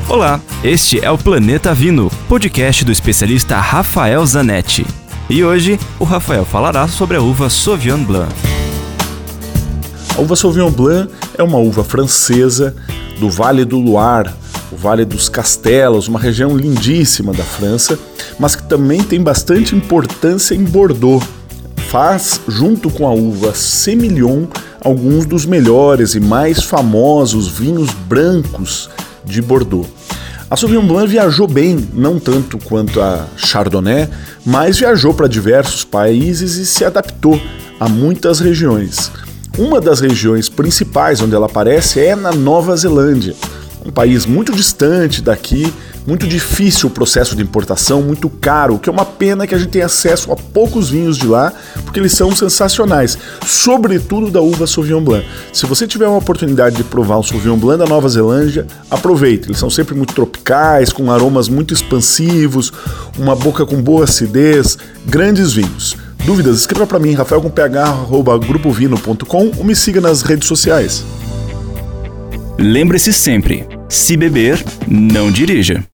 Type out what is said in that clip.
Olá, este é o Planeta Vino, podcast do especialista Rafael Zanetti. E hoje, o Rafael falará sobre a uva Sauvignon Blanc. A uva Sauvignon Blanc é uma uva francesa do Vale do Loire, o Vale dos Castelos, uma região lindíssima da França, mas que também tem bastante importância em Bordeaux. Faz, junto com a uva Semillon, alguns dos melhores e mais famosos vinhos brancos de Bordeaux. A Sauvignon Blanc viajou bem, não tanto quanto a Chardonnay, mas viajou para diversos países e se adaptou a muitas regiões. Uma das regiões principais onde ela aparece é na Nova Zelândia, um país muito distante daqui, muito difícil o processo de importação, muito caro, o que é uma pena que a gente tenha acesso a poucos vinhos de lá, porque eles são sensacionais, sobretudo da uva Sauvignon Blanc. Se você tiver uma oportunidade de provar o Sauvignon Blanc da Nova Zelândia, aproveite, eles são sempre muito tropicais, com aromas muito expansivos, uma boca com boa acidez, grandes vinhos. Dúvidas? Escreva para mim, rafael.com.ph@grupovino.com ou me siga nas redes sociais. Lembre-se sempre, se beber, não dirija.